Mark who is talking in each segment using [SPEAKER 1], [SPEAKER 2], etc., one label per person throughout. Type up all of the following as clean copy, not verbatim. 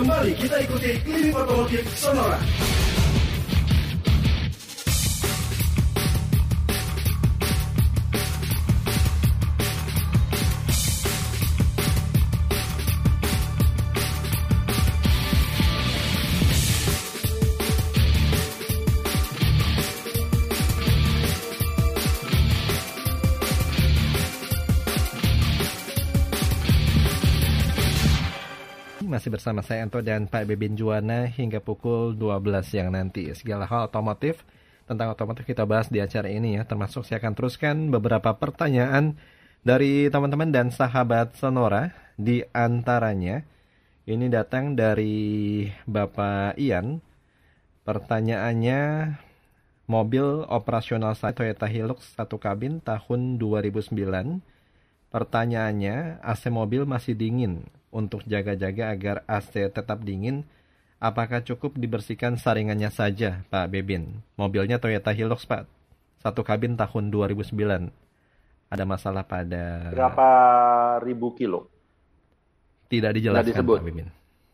[SPEAKER 1] Kembali kita ikuti Klinik Otomotif Sonora.
[SPEAKER 2] Masih bersama saya Anto dan Pak Bebin Juwana hingga pukul 12 siang nanti. Segala hal otomotif, tentang otomotif kita bahas di acara ini ya. Termasuk saya akan teruskan beberapa pertanyaan dari teman-teman dan sahabat Sonora. Di antaranya, ini datang dari Bapak Ian. Pertanyaannya, mobil operasional saya Toyota Hilux 1 kabin tahun 2009. Pertanyaannya, AC mobil masih dingin. Untuk jaga-jaga agar AC tetap dingin, apakah cukup dibersihkan saringannya saja, Pak Bebin? Mobilnya Toyota Hilux, Pak. 1 kabin tahun 2009. Ada masalah pada...
[SPEAKER 3] Berapa ribu kilo?
[SPEAKER 2] Tidak dijelaskan, Pak Bebin.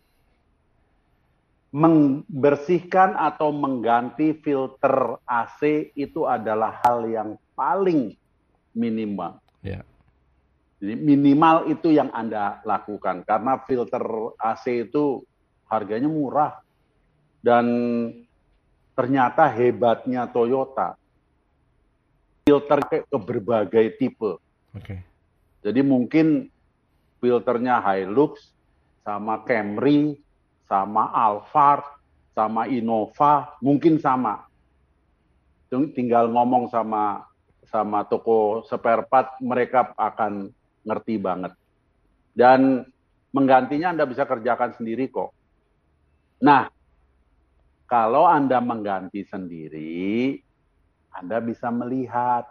[SPEAKER 3] Membersihkan atau mengganti filter AC itu adalah hal yang paling minimal.
[SPEAKER 2] Ya.
[SPEAKER 3] Jadi minimal itu yang Anda lakukan, karena filter AC itu harganya murah. Dan ternyata hebatnya Toyota, filter ke berbagai tipe.
[SPEAKER 2] Okay.
[SPEAKER 3] Jadi mungkin filternya Hilux, sama Camry, sama Alphard, sama Innova, mungkin sama. Tinggal ngomong sama toko spare part, mereka akan ngerti banget. Dan menggantinya Anda bisa kerjakan sendiri kok. Nah, kalau Anda mengganti sendiri, Anda bisa melihat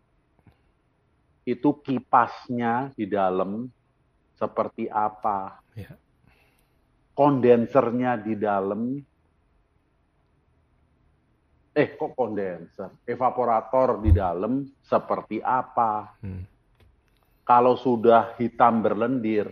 [SPEAKER 3] itu kipasnya di dalam seperti apa.
[SPEAKER 2] Ya.
[SPEAKER 3] Kondensernya di dalam, kok kondenser? Evaporator di dalam seperti apa. Kalau sudah hitam berlendir,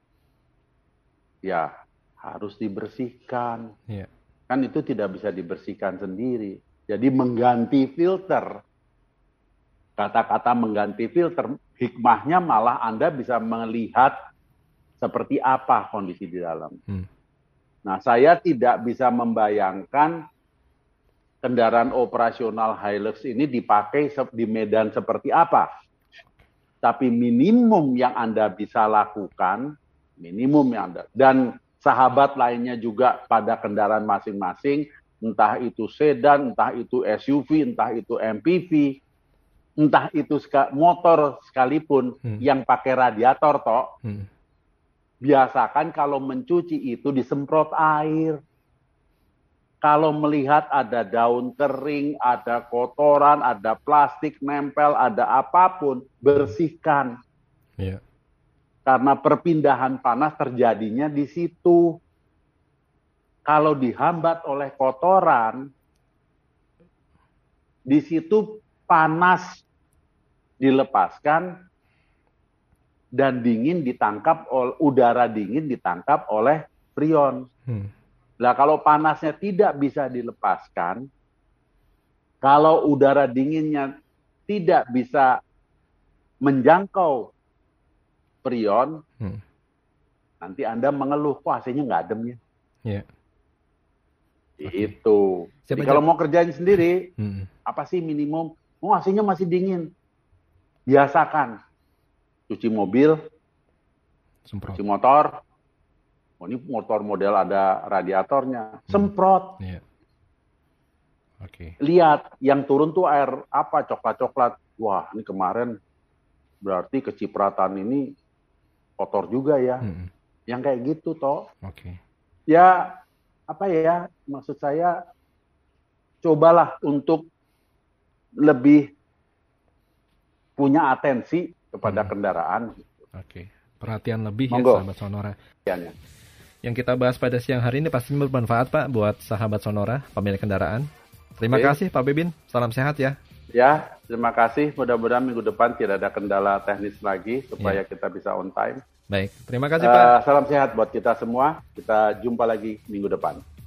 [SPEAKER 3] ya harus dibersihkan.
[SPEAKER 2] Yeah.
[SPEAKER 3] Kan itu tidak bisa dibersihkan sendiri. Jadi mengganti filter, kata-kata mengganti filter, hikmahnya malah Anda bisa melihat seperti apa kondisi di dalam. Nah, saya tidak bisa membayangkan kendaraan operasional Hilux ini dipakai di medan seperti apa. Tapi minimum yang Anda bisa lakukan, dan sahabat lainnya juga pada kendaraan masing-masing, entah itu sedan, entah itu SUV, entah itu MPV, entah itu motor sekalipun yang pakai radiator biasakan kalau mencuci itu disemprot air. Kalau melihat ada daun kering, ada kotoran, ada plastik nempel, ada apapun, bersihkan.
[SPEAKER 2] Yeah.
[SPEAKER 3] Karena perpindahan panas terjadinya di situ. Kalau dihambat oleh kotoran, di situ panas dilepaskan dan udara dingin ditangkap oleh freon. Nah, kalau panasnya tidak bisa dilepaskan, kalau udara dinginnya tidak bisa menjangkau freon, nanti Anda mengeluh, kok AC-nya nggak adem ya.
[SPEAKER 2] Yeah.
[SPEAKER 3] Itu. Jadi kalau mau kerjain sendiri, apa sih minimum? AC-nya masih dingin. Biasakan. Cuci mobil, cuci motor. Ini motor model ada radiatornya, semprot.
[SPEAKER 2] Yeah. Okay.
[SPEAKER 3] Lihat, yang turun tuh air apa, coklat-coklat. Wah, ini kemarin berarti kecipratan ini kotor juga ya. Yang kayak gitu toh.
[SPEAKER 2] Okay.
[SPEAKER 3] Ya, maksud saya, cobalah untuk lebih punya atensi kepada kendaraan.
[SPEAKER 2] Oke. Perhatian lebih ya, sahabat Sonora. Yang kita bahas pada siang hari ini pastinya bermanfaat, Pak, buat sahabat Sonora, pemilik kendaraan. Terima kasih, Pak Bebin. Salam sehat ya.
[SPEAKER 3] Ya, terima kasih. Mudah-mudahan minggu depan tidak ada kendala teknis lagi supaya kita bisa on time.
[SPEAKER 2] Baik, terima kasih Pak.
[SPEAKER 3] Salam sehat buat kita semua. Kita jumpa lagi minggu depan.